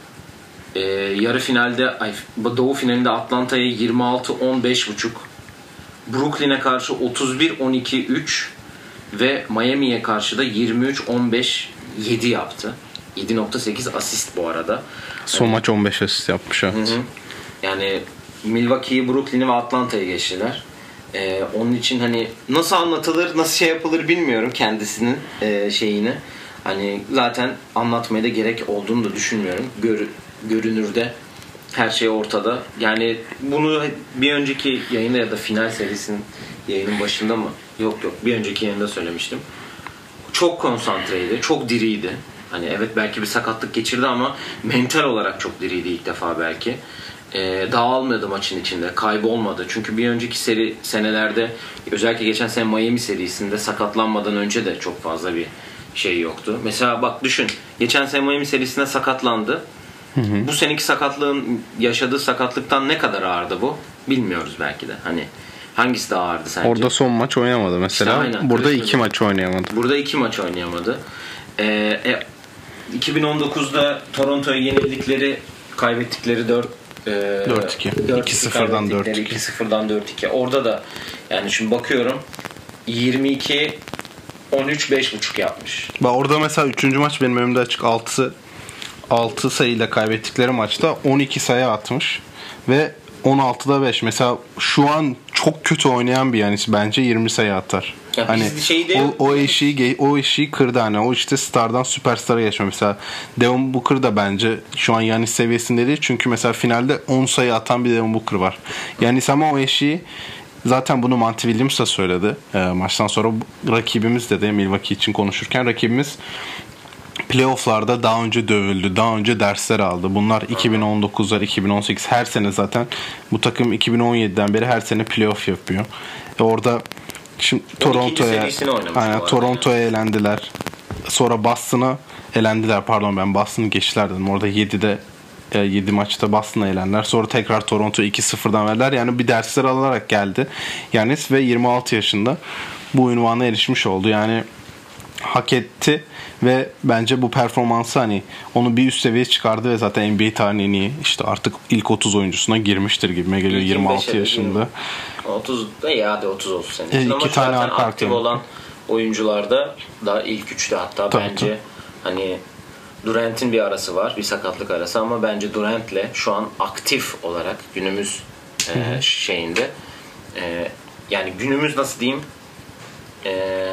E, yarı finalde ay, Doğu finalinde Atlanta'ya yirmi altı on beş buçuk, Brooklyn'e karşı otuz bir on iki üç ve Miami'ye karşı da yirmi üç on beş yedi yaptı. yedi nokta sekiz asist bu arada. Son yani, maç on beş asist yapmış. Evet. Hı hı. Yani Milwaukee'yi, Brooklyn'i ve Atlanta'yı geçtiler. Ee, onun için hani nasıl anlatılır, nasıl şey yapılır bilmiyorum kendisinin e, şeyini. Hani zaten anlatmaya da gerek olduğunu da düşünmüyorum. Gör, görünürde her şey ortada. Yani bunu bir önceki yayında ya da final serisinin yayının başında mı? Yok yok bir önceki yayında söylemiştim. Çok konsantreydi, çok diriydi. Hani evet belki bir sakatlık geçirdi ama mental olarak çok diriydi ilk defa belki. Ee, dağılmadı maçın içinde, kaybolmadı. Çünkü bir önceki seri senelerde özellikle geçen sene Miami serisinde sakatlanmadan önce de çok fazla bir şey yoktu. Mesela bak düşün, geçen sene Miami serisinde sakatlandı. Hı hı. Bu seneki sakatlığın yaşadığı sakatlıktan ne kadar ağırdı bu? Bilmiyoruz belki de. Hani hangisi daha ağırdı sence? Orada son maç oynayamadı mesela. İşte aynen, burada iki maç oynayamadı. Burada iki maç oynayamadı. Ee, e, iki bin on dokuzda Toronto'ya yenildikleri, kaybettikleri dört dört iki. iki sıfırdan dört iki. iki sıfırdan dört iki. Orada da yani şimdi bakıyorum yirmi iki on üç beş buçuk yapmış. Bak orada mesela üçüncü maç benim önümde açık, altı altı sayıyla kaybettikleri maçta on iki sayı atmış ve on altıda beş. Mesela şu an çok kötü oynayan bir Yanis bence yirmi sayı atar. Ya hani o, o eşiği o eşiği kırdı, hani o işte stardan süperstara geçme. Mesela Devin Booker da bence şu an Yanis seviyesinde değil. Çünkü mesela finalde on sayı atan bir Devin Booker var. Yanis ama o eşiği, zaten bunu Monty Williams da söyledi. E, maçtan sonra rakibimiz dedi, Milwaukee için konuşurken rakibimiz playoff'larda daha önce dövüldü, daha önce dersler aldı. Bunlar iki bin on dokuzlar, iki bin on sekiz her sene zaten bu takım iki bin on yediden beri her sene playoff yapıyor. E orada şimdi Toronto'ya aynen, Toronto'ya yani. elendiler. Sonra Boston'a elendiler. Pardon ben Boston'ı geçtiler dedim. Orada yedide yedi maçta Boston'a elendiler. Sonra tekrar Toronto iki sıfırdan verdiler. Yani bir dersler alarak geldi. Yanis ve yirmi altı yaşında bu ünvana erişmiş oldu. Yani hak etti ve bence bu performansı hani onu bir üst seviyeye çıkardı ve zaten N B A tarihinin iyi işte artık ilk otuz oyuncusuna girmiştir gibime geliyor yirmi altı yaşında. otuz da ya hadi otuz olsun senin için. E, iki tane zaten aktif olan oyuncularda da ilk üçte hatta tabii, bence tabii. Hani Durant'in bir arası var, bir sakatlık arası ama bence Durant'le şu an aktif olarak günümüz e, şeyinde e, yani günümüz nasıl diyeyim e,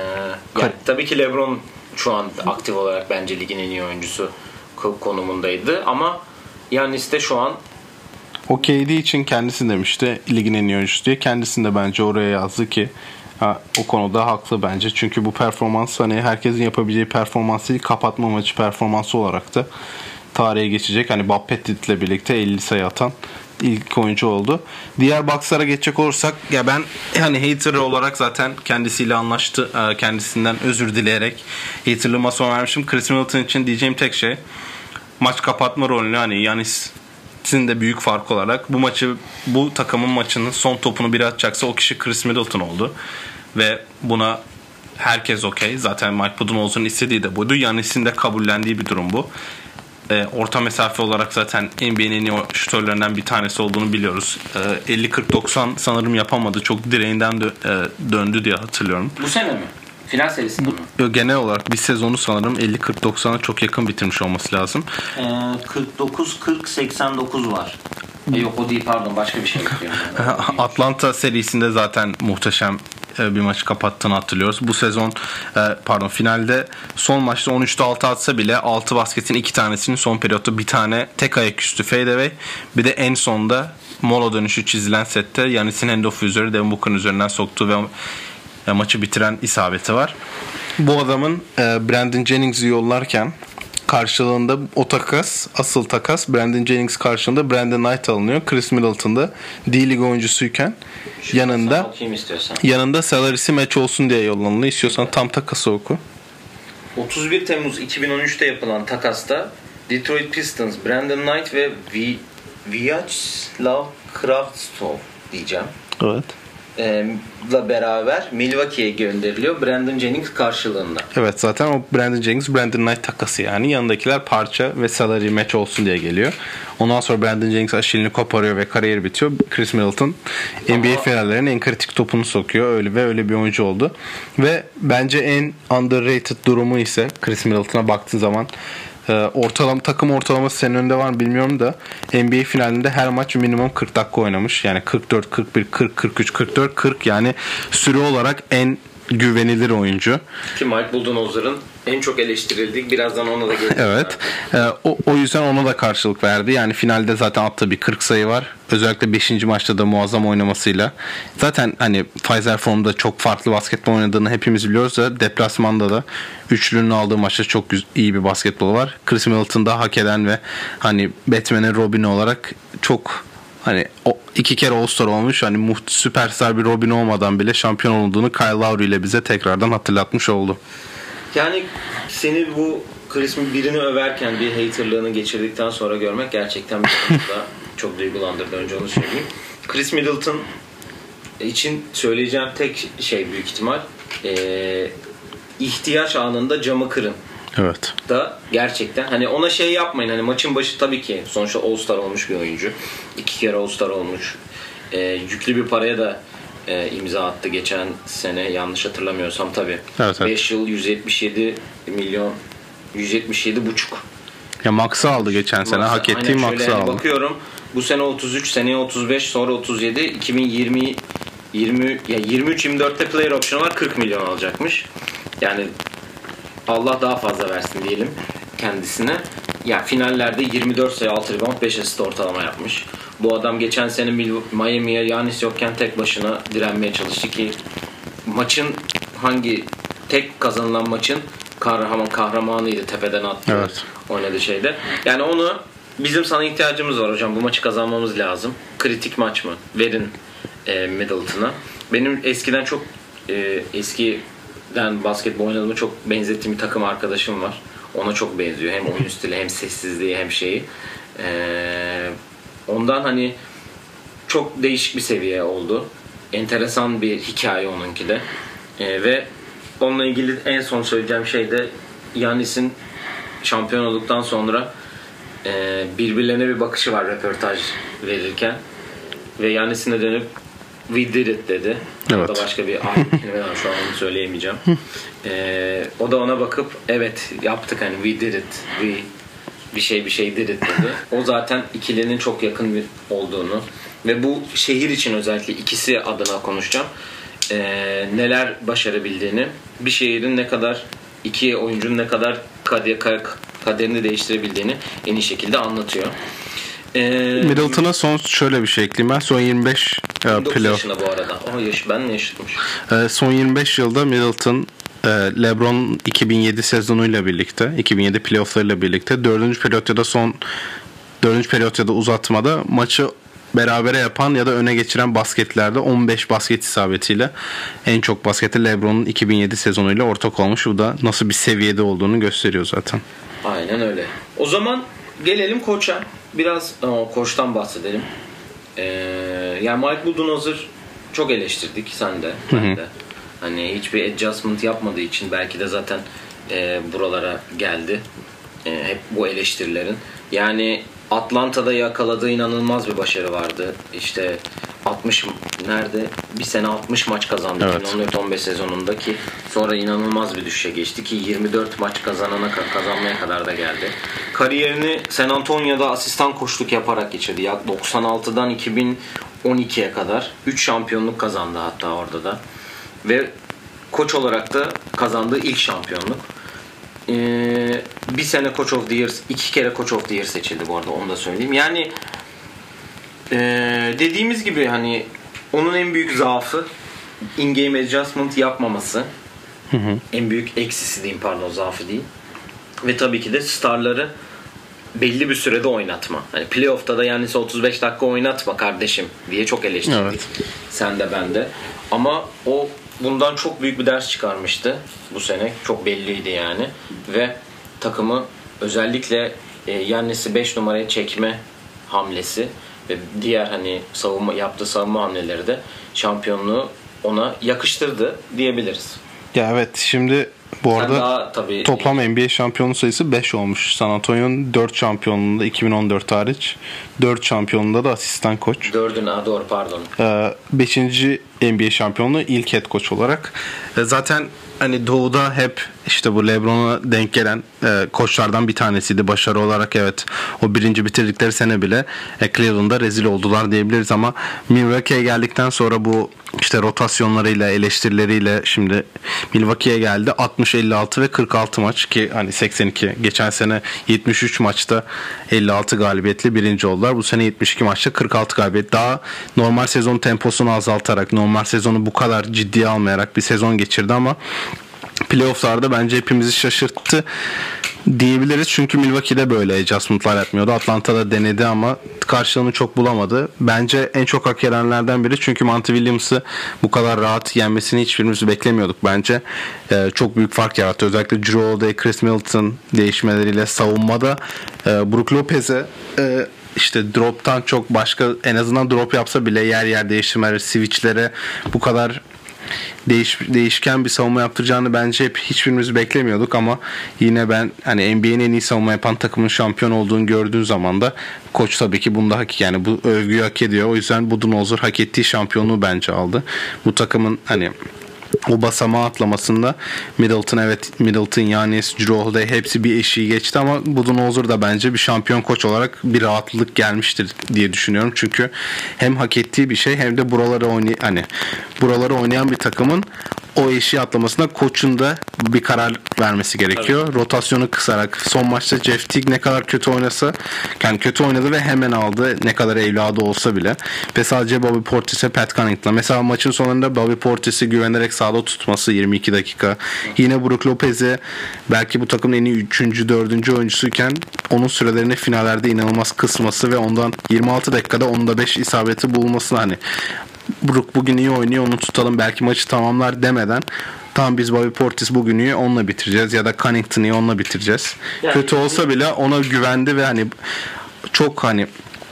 yani tabii ki LeBron şu an aktif olarak bence ligin en iyi oyuncusu konumundaydı ama Giannis de şu an O K D için kendisi demişti ligin en iyi oyuncusu diye. Kendisini de bence oraya yazdı ki ha, o konuda haklı bence. Çünkü bu performans hani herkesin yapabileceği performans değil, kapatma maçı performansı olarak da tarihe geçecek. Hani Bob Pettit ile birlikte elli sayı atan ilk oyuncu oldu. Diğer boxlara geçecek olursak ya ben hani hater olarak zaten kendisiyle anlaştı. Kendisinden özür dileyerek haterlığıma son vermişim. Chris Middleton için diyeceğim tek şey maç kapatma rolünü hani Giannis'in de büyük fark olarak bu maçı bu takımın maçının son topunu biri atacaksa o kişi Chris Middleton oldu. Ve buna herkes okey. Zaten Mike Budenholzer'ın istediği de buydu. Giannis'in de kabullendiği bir durum bu. Orta mesafe olarak zaten N B A'nin en iyi şutörlerinden bir tanesi olduğunu biliyoruz. elli kırk doksan sanırım yapamadı. Çok direğinden dö- döndü diye hatırlıyorum. Bu sene mi? Final serisinde mi? Genel olarak bir sezonu sanırım elli kırk doksana çok yakın bitirmiş olması lazım. Ee, kırk dokuz kırk seksen dokuz var. E yok o değil pardon başka bir şey yapıyorum. Atlanta serisinde zaten muhteşem bir maçı kapattığını hatırlıyoruz. Bu sezon pardon finalde son maçta on üçte altı atsa bile altı basketin iki tanesinin son periyotta bir tane tek ayaküstü fadeaway bir de en sonda mola dönüşü çizilen sette Giannis'in handoff üzeri Devin Booker'ın üzerinden soktuğu ve maçı bitiren isabeti var. Bu adamın Brandon Jennings'i yollarken karşılığında o takas, asıl takas Brandon Jennings karşılığında Brandon Knight alınıyor. Chris Middleton'da D-League oyuncusuyken şu yanında yanında salary'si match olsun diye yollanılıyor. İstiyorsan tam takası oku. otuz bir Temmuz iki bin on üçte yapılan takasta Detroit Pistons, Brandon Knight ve Vyacheslav Kravtsov diyeceğim. Evet. la beraber Milwaukee'ye gönderiliyor Brandon Jennings karşılığında. Evet zaten o Brandon Jennings Brandon Knight takası yani yanındakiler parça ve salary match olsun diye geliyor. Ondan sonra Brandon Jennings aşilini koparıyor ve kariyer bitiyor. Chris Middleton Ama... N B A finallerinin en kritik topunu sokuyor. Öyle ve öyle bir oyuncu oldu. Ve bence en underrated durumu ise Chris Middleton'a baktığın zaman ortalama takım ortalaması senin önünde var mı bilmiyorum da N B A finalinde her maç minimum kırk dakika oynamış. Yani kırk dört, kırk bir, kırk, kırk üç, kırk dört, kırk yani süre olarak en güvenilir oyuncu. Ki Mike Budenholzer'ın en çok eleştirildik. Birazdan ona da geleceğiz. Evet. E, o, o yüzden ona da karşılık verdi. Yani finalde zaten attığı bir kırk sayı var. Özellikle beşinci maçta da muazzam oynamasıyla. Zaten hani Pfizer formda çok farklı basketbol oynadığını hepimiz biliyoruz da deplasmanda da üçlünün aldığı maçta çok iyi bir basketbol var. Chris Middleton'da hak eden ve hani Batman'in Robin olarak çok hani o iki kere All-Star olmuş. Hani muht süperstar bir Robin olmadan bile şampiyon olduğunu Kyle Lowry ile bize tekrardan hatırlatmış oldu. Yani seni bu Chris'in birini överken bir haterlığını geçirdikten sonra görmek gerçekten bir konuda çok duygulandırdı. Önce onu söyleyeyim. Chris Middleton için söyleyeceğim tek şey büyük ihtimal ee, ihtiyaç anında camı kırın. Evet. Da gerçekten hani ona şey yapmayın, hani maçın başı tabii ki sonuçta All-Star olmuş bir oyuncu. İki kere All-Star olmuş. Ee, yüklü bir paraya da e, imza attı geçen sene yanlış hatırlamıyorsam tabii. Evet, evet. beş yıl yüz yetmiş yedi milyon yüz yetmiş yedi buçuk. Ya Max'ı aldı geçen sene. Hak ettiği Max'ı yani aldı. Bakıyorum bu sene otuz üç, seneye otuz beş, sonra otuz yedi, iki bin yirmi yirmi ya yirmi üç yirmi dörtte player option'u var, kırk milyon alacakmış. Yani Allah daha fazla versin diyelim kendisine. Ya finallerde yirmi dört sayı, altı rebound, beş asist ortalama yapmış. Bu adam geçen sene Miami'ye Giannis yokken tek başına direnmeye çalıştı ki maçın hangi tek kazanılan maçın kahraman kahramanıydı, tepeden attı. Evet. Oynadığı şeyde. Yani onu bizim sana ihtiyacımız var hocam. Bu maçı kazanmamız lazım. Kritik maç mı? Verin e, Middleton'a. Benim eskiden çok e, eski ben basketbol oynadığımı çok benzettiğim bir takım arkadaşım var. Ona çok benziyor. Hem oyun stili hem sessizliği hem şeyi. Ee, ondan hani çok değişik bir seviye oldu. Enteresan bir hikaye onunki de. Ee, ve onunla ilgili en son söyleyeceğim şey de Giannis'in şampiyon olduktan sonra e, birbirlerine bir bakışı var röportaj verirken. Ve Giannis'in de dönüp "We did it" dedi. Evet. O da başka bir ayrı kelime var. Şu an onu söyleyemeyeceğim. ee, o da ona bakıp evet yaptık hani "We did it". We bir şey bir şey did it dedi. O zaten ikilinin çok yakın bir olduğunu ve bu şehir için özellikle ikisi adına konuşacağım. Ee, neler başarabildiğini, bir şehrin ne kadar, iki oyuncunun ne kadar kader, kaderini değiştirebildiğini en iyi şekilde anlatıyor. Ee, Middleton'a son şöyle bir şey ekleyeyim ben. Son yirmi beş yirmi dokuz playoff. yaşında bu arada. O yaş, ben ne yaşıtmış? E, son yirmi beş yılda Middleton e, LeBron iki bin yedi sezonuyla birlikte, iki bin yedi playofflarıyla birlikte dördüncü periyotta son dördüncü periyotta uzatmada maçı berabere yapan ya da öne geçiren basketlerde on beş basket isabetiyle en çok basketi LeBron'un iki bin yedi sezonuyla ortak olmuş. Bu da nasıl bir seviyede olduğunu gösteriyor zaten. Aynen öyle. O zaman gelelim koça. Biraz o, koçtan bahsedelim. Ee, yani Mike Budenholzer çok eleştirdik, sen de, ben de. Hani hiçbir adjustment yapmadığı için belki de zaten e, buralara geldi. E, hep bu eleştirilerin. Yani Atlanta'da yakaladığı inanılmaz bir başarı vardı. İşte altmış nerede? Bir sene altmış maç kazandı. Evet. iki bin on dört on beş sezonunda ki sonra inanılmaz bir düşüşe geçti ki yirmi dört maç kazanana kazanmaya kadar da geldi. Kariyerini San Antonio'da asistan koçluk yaparak geçirdi. Ya doksan altıdan iki bin on ikiye kadar üç şampiyonluk kazandı hatta orada da. Ve koç olarak da kazandığı ilk şampiyonluk. Ee, bir sene Coach of the Year, iki kere Coach of the Year seçildi bu arada, onu da söyleyeyim. Yani ee, dediğimiz gibi hani onun en büyük zaafı in-game adjustment yapmaması. Hı hı. En büyük eksisi diyeyim, pardon, zaafı değil. Ve tabii ki de starları belli bir sürede oynatma. Hani playoff'ta da yani otuz beş dakika oynatma kardeşim diye çok eleştirdik. Evet. Sen de ben de. Ama o bundan çok büyük bir ders çıkarmıştı bu sene. Çok belliydi yani. Ve takımı özellikle e, Yannis'i beş numaraya çekme hamlesi ve diğer hani savunma yaptığı savunma hamleleri de şampiyonluğu ona yakıştırdı diyebiliriz. Ya evet, şimdi bu arada daha, tabii, toplam N B A şampiyonu sayısı beş olmuş. San Antonio'nun dört şampiyonluğunda iki bin on dört hariç dört şampiyonluğunda da asistan koç. Dördün, ha, doğru, pardon. beşinci N B A şampiyonluğu ilk head coach olarak. Zaten hani Doğu'da hep işte bu LeBron'a denk gelen e, koçlardan bir tanesiydi başarı olarak. Evet, o birinci bitirdikleri sene bile e, Cleveland'da rezil oldular diyebiliriz ama Milwaukee'ye geldikten sonra bu işte rotasyonlarıyla, eleştirileriyle şimdi Milwaukee'ye geldi. altmış elli altı ve kırk altı maç ki hani seksen iki, geçen sene yetmiş üç maçta elli altı galibiyetli birinci oldular. Bu sene yetmiş iki maçta kırk altı galibiyet. Daha normal sezon temposunu azaltarak, normal sezonu bu kadar ciddiye almayarak bir sezon geçirdi ama playoff'larda bence hepimizi şaşırttı diyebiliriz. Çünkü Milwaukee'de böyle adjustment'lar yapmıyordu. Atlanta'da denedi ama karşılığını çok bulamadı. Bence en çok hak edenlerden biri. Çünkü Monty Williams'ı bu kadar rahat yenmesini hiçbirimiz beklemiyorduk bence. Ee, çok büyük fark yarattı. Özellikle Jrue Holiday, Chris Middleton değişmeleriyle savunmada e, Brook Lopez'e e, işte drop'tan çok başka, en azından drop yapsa bile yer yer değiştirmeleri, switch'lere bu kadar Değiş, değişken bir savunma yaptıracağını bence hep hiçbirimiz beklemiyorduk ama yine ben hani N B A'nin en iyi savunma yapan takımın şampiyon olduğunu gördüğün zaman da koç tabii ki bunda hak, yani bu övgüyü hak ediyor. O yüzden Budenholzer hak ettiği şampiyonluğu bence aldı. Bu takımın hani o basamağı atlamasında Middleton, evet Middleton, Giannis, Jrue Holiday hepsi bir eşiği geçti ama Budenholzer da bence bir şampiyon koç olarak bir rahatlık gelmiştir diye düşünüyorum. Çünkü hem hak ettiği bir şey hem de buraları oynay hani buraları oynayan bir takımın o eşiği atlamasında koçun da bir karar vermesi gerekiyor. Evet. Rotasyonu kısarak, son maçta Jeff Teague ne kadar kötü oynasa, yani kötü oynadı ve hemen aldı, ne kadar evladı olsa bile. Ve sadece Bobby Portis'e, Pat Connaughton'a. Mesela maçın sonunda Bobby Portis'i güvenerek sahada tutması yirmi iki dakika. Yine Brook Lopez'e belki bu takımın en iyi üçüncü dördüncü oyuncusuyken onun sürelerini finallerde inanılmaz kısması ve ondan yirmi altı dakikada onda beş isabeti bulmasını, hani Brook bugün iyi oynuyor, onu tutalım belki maçı tamamlar demeden, tamam biz Bobby Portis bugün iyi, onunla bitireceğiz ya da Connaughton'ı iyi, onunla bitireceğiz. Yani, kötü olsa bile ona güvendi ve hani çok hani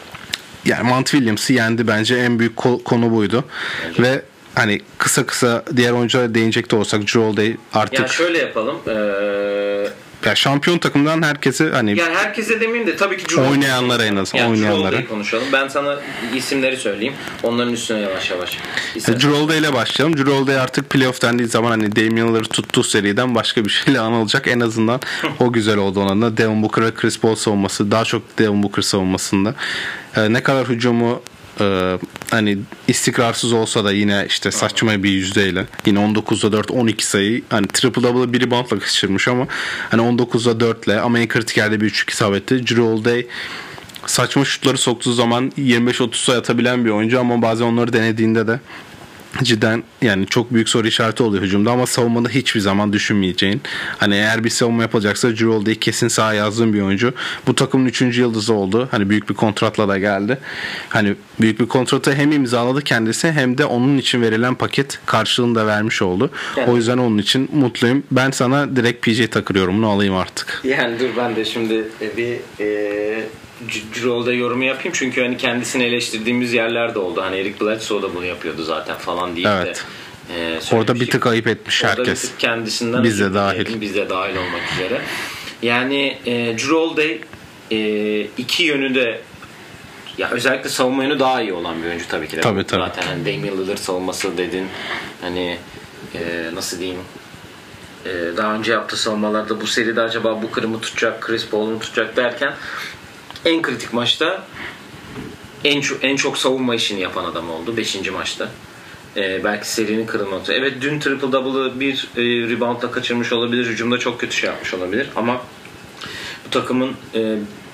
yani Monty Williams'ı yendi, bence en büyük konu buydu. Bence. Ve hani kısa kısa diğer oyunculara değinecek de olsak Jrue Holiday artık. Yani şöyle yapalım. Ee... Ya şampiyon takımdan herkese hani yani herkese demeyeyim de tabii ki Jrue oynayanlara en azından yani oynayanlara konuşalım. Ben sana isimleri söyleyeyim. Onların üstüne yavaş yavaş. Jrue Holiday ile başlayalım. Jrue Holiday artık playoff dendiği zaman hani Damian Lillard'ı tuttuğu seriden başka bir şeyle anılacak. En azından o güzel oldu onun da. Devin Booker ve Chris Paul savunması, daha çok Devin Booker savunmasında. Ee, ne kadar hücumu Ee, hani istikrarsız olsa da yine işte saçma bir yüzdeyle, yine on dokuzda dört, on iki sayı, hani triple double'ı bir reboundla kaçırmış ama hani on dokuzda dört ile ama en kritik yerde bir üçlük isabeti. Jrue Holiday saçma şutları soktuğu zaman yirmi beş otuz sayı atabilen bir oyuncu ama bazen onları denediğinde de cidden yani çok büyük soru işareti oluyor hücumda ama savunmada hiçbir zaman düşünmeyeceğin. Hani eğer bir savunma yapacaksa Jrue Holiday'i kesin sahaya yazdığım bir oyuncu. Bu takımın üçüncü yıldızı oldu. Hani büyük bir kontratla da geldi. Hani büyük bir kontratı hem imzaladı kendisi hem de onun için verilen paket karşılığını da vermiş oldu. Yani, o yüzden onun için mutluyum. Ben sana direkt P J Tucker yorumunu alayım artık. Yani dur ben de şimdi bir e, Jrue Holiday yorumu yapayım çünkü hani kendisini eleştirdiğimiz yerler de oldu. Hani Eric Bledsoe da bunu yapıyordu zaten falan deyip evet. de. E, Orada bir tık ayıp etmiş Orada herkes. Bir tık kendisinden biz de dahil. Biz de dahil olmak üzere. Yani e, Jrue Holiday e, iki yönü de ya özellikle savunma yönü daha iyi olan bir oyuncu tabii ki de. Tabii, tabii. Zaten hani Damian Lillard savunması dedin. Hani e, nasıl diyeyim? E, daha önce yaptığı savunmalarda bu seride acaba Booker'ı mı tutacak, Chris Paul'u mu tutacak derken en kritik maçta en çok en çok savunma işini yapan adam oldu. beşinci maçta. Ee, belki serinin kırılması. Evet dün triple double'ı bir e, reboundla kaçırmış olabilir. Hücumda çok kötü şey yapmış olabilir. Ama bu takımın e,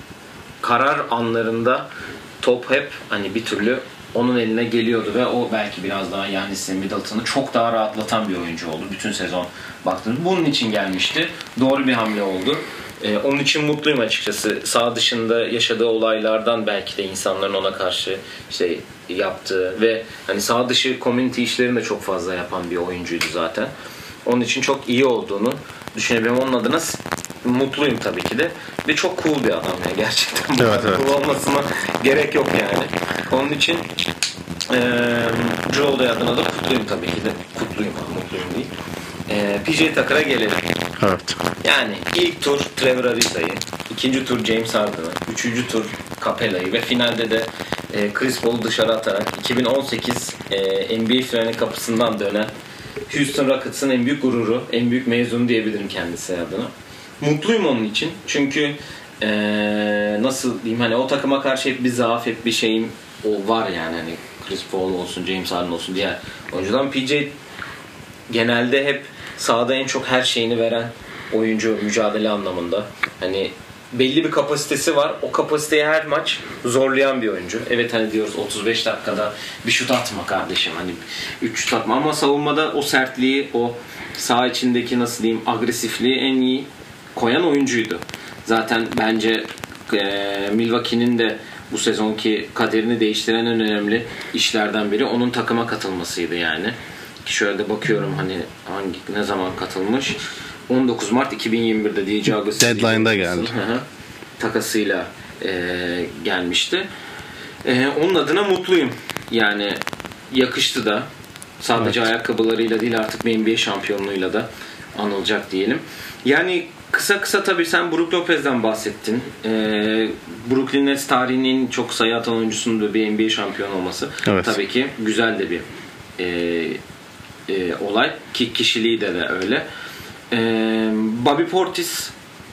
karar anlarında top hep hani bir türlü onun eline geliyordu ve o belki biraz daha Giannis'le Middleton'ı çok daha rahatlatan bir oyuncu oldu. Bütün sezon baktığınız. Bunun için gelmişti. Doğru bir hamle oldu. Ee, onun için mutluyum açıkçası. Sağ dışında yaşadığı olaylardan belki de insanların ona karşı işte yaptığı ve hani sağ dışı community işlerini de çok fazla yapan bir oyuncuydu zaten. Onun için çok iyi olduğunu düşünebilirim. Onun adına mutluyum tabii ki de. Ve çok cool bir adam ya gerçekten. Evet, evet. Cool olmasına gerek yok yani. Onun için e, Jrue Holiday adına da kutluyum tabii ki de. Kutluyum ama mutluyum değil. E, P J Tucker'a gelelim. Evet. Yani ilk tur Trevor Ariza'yı, ikinci tur James Harden'ı, üçüncü tur Capella'yı ve finalde de e, Chris Paul'u dışarı atarak iki bin on sekiz e, N B A finali kapısından dönen Houston Rockets'ın en büyük gururu, en büyük mezunu diyebilirim kendisi adına. Mutluyum onun için çünkü e, nasıl diyeyim hani o takıma karşı hep bir zaaf, hep bir şeyim o var yani hani Chris Paul olsun, James Harden olsun diğer oyuncudan P J genelde hep sahada en çok her şeyini veren oyuncu mücadele anlamında. Hani belli bir kapasitesi var. O kapasiteyi her maç zorlayan bir oyuncu. Evet hani diyoruz otuz beş dakikada bir şut atma kardeşim. Hani üç şut atma ama savunmada o sertliği, o saha içindeki nasıl diyeyim agresifliği en iyi koyan oyuncuydu. Zaten bence e, Milwaukee'nin de bu sezonki kaderini değiştiren en önemli işlerden biri onun takıma katılmasıydı yani. Şöyle de bakıyorum hani hangi ne zaman katılmış? on dokuz Mart iki bin yirmi birde D J Augustin Deadline'da geldi. Takasıyla e, gelmişti. E, onun adına mutluyum. Yani yakıştı da. Sadece evet. Ayakkabılarıyla değil artık bir N B A şampiyonluğuyla da anılacak diyelim. Yani kısa kısa tabii sen Brook Lopez'den bahsettin. E, Brooklyn Nets tarihinin çok sayı atan oyuncusunun da bir N B A şampiyonu olması. Evet. Tabii ki güzel de bir e, e, olay. Ki kişiliği de de öyle. E, Bobby Portis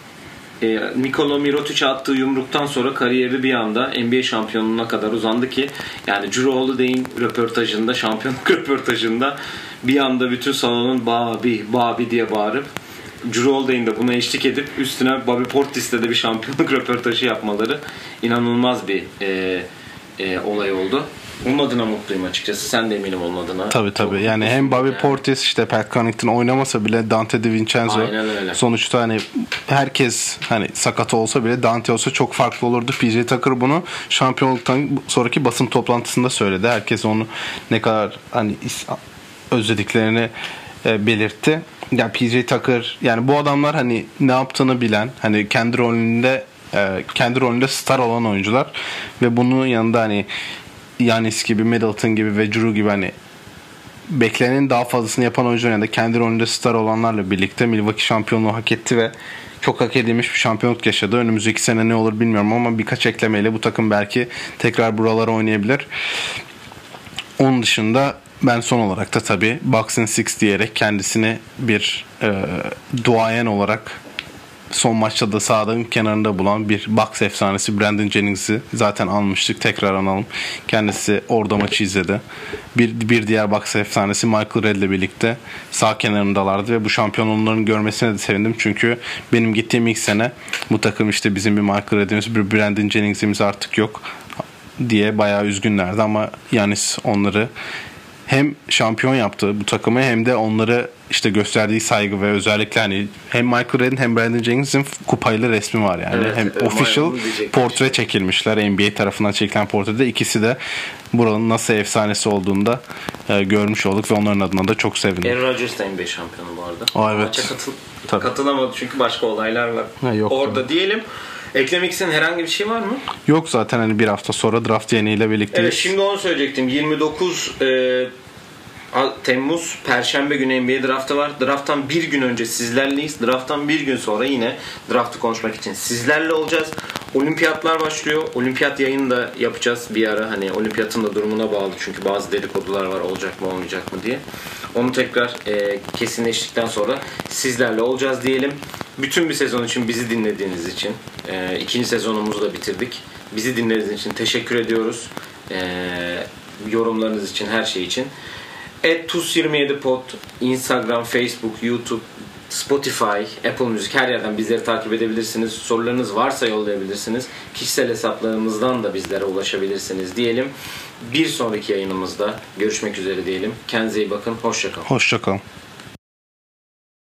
e, Nikola Mirotic'e attığı yumruktan sonra kariyeri bir anda N B A şampiyonluğuna kadar uzandı ki yani Jrue Holiday'in röportajında, şampiyonluk röportajında bir anda bütün salonun Bobby, Bobby diye bağırıp Jrue Holiday'in de buna eşlik edip üstüne Bobby Portis'le de bir şampiyonluk röportajı yapmaları inanılmaz bir e, e, olay oldu. Onun adına mutluyum açıkçası. Sen de eminim onun adına. Tabii tabii. Yani hem Bobby yani. Portis işte Pat Connaughton oynamasa bile Dante DiVincenzo sonuçta hani herkes hani sakat olsa bile Dante olsa çok farklı olurdu. P J Tucker bunu şampiyonluktan sonraki basın toplantısında söyledi. Herkes onu ne kadar hani özlediklerini e, belirtti. Ya P J Tucker yani bu adamlar hani ne yaptığını bilen, hani kendi rolünde e, kendi rolünde star olan oyuncular ve bunun yanında hani Giannis gibi, Middleton gibi ve Jrue gibi hani beklenenin daha fazlasını yapan oyuncular yanında kendi rolünde star olanlarla birlikte Milwaukee şampiyonluğu hak etti ve çok hak edilmiş bir şampiyonluk yaşadı. Önümüzdeki sene ne olur bilmiyorum ama birkaç eklemeyle bu takım belki tekrar buralara oynayabilir. Onun dışında ben son olarak da tabii Bucks and Six diyerek kendisini bir e, duayen olarak son maçta da sahanın kenarında bulan bir box efsanesi Brandon Jennings'i zaten almıştık. Tekrar analım. Kendisi orada maçı izledi. Bir, bir diğer box efsanesi Michael Redd ile birlikte sağ kenarındalardı ve bu şampiyonluğunu görmesine de sevindim. Çünkü benim gittiğim ilk sene bu takım işte bizim bir Michael Redd'imiz, bir Brandon Jennings'imiz artık yok diye bayağı üzgünlerdi ama Giannis onları hem şampiyon yaptı bu takımı hem de onları işte gösterdiği saygı ve özellikle hani hem Michael Redd'in hem Brandon Jennings'in kupayla resmi var yani. Evet, hem evet, official portre çekilmişler. N B A tarafından çekilen portrede ikisi de buranın nasıl efsanesi olduğunu da e, görmüş olduk ve onların adına da çok sevindim. Aaron Rodgers da N B A şampiyonu bu arada. Aa, evet. Maça katıl katılamadı çünkü başka olaylar var. Ha, yok, orada tabii. diyelim. Eklemek istediğin herhangi bir şey var mı? Yok zaten hani bir hafta sonra draft yayınıyla birlikteyiz. Evet, şimdi onu söyleyecektim. yirmi dokuz e, Temmuz Perşembe günü N B A draftı var. Draft'tan bir gün önce sizlerleyiz. Draft'tan bir gün sonra yine draftı konuşmak için sizlerle olacağız. Olimpiyatlar başlıyor. Olimpiyat yayını da yapacağız bir ara. Hani olimpiyatın da durumuna bağlı çünkü bazı dedikodular var olacak mı olmayacak mı diye. Onu tekrar e, kesinleştikten sonra sizlerle olacağız diyelim. Bütün bir sezon için bizi dinlediğiniz için e, ikinci sezonumuzu da bitirdik. Bizi dinlediğiniz için teşekkür ediyoruz. E, yorumlarınız için, her şey için. et tuz yirmi yedi pod, Instagram, Facebook, YouTube, Spotify, Apple Music her yerden bizleri takip edebilirsiniz. Sorularınız varsa yollayabilirsiniz. Kişisel hesaplarımızdan da bizlere ulaşabilirsiniz diyelim. Bir sonraki yayınımızda görüşmek üzere diyelim. Kendinize iyi bakın. Hoşça kalın. Hoşça kalın.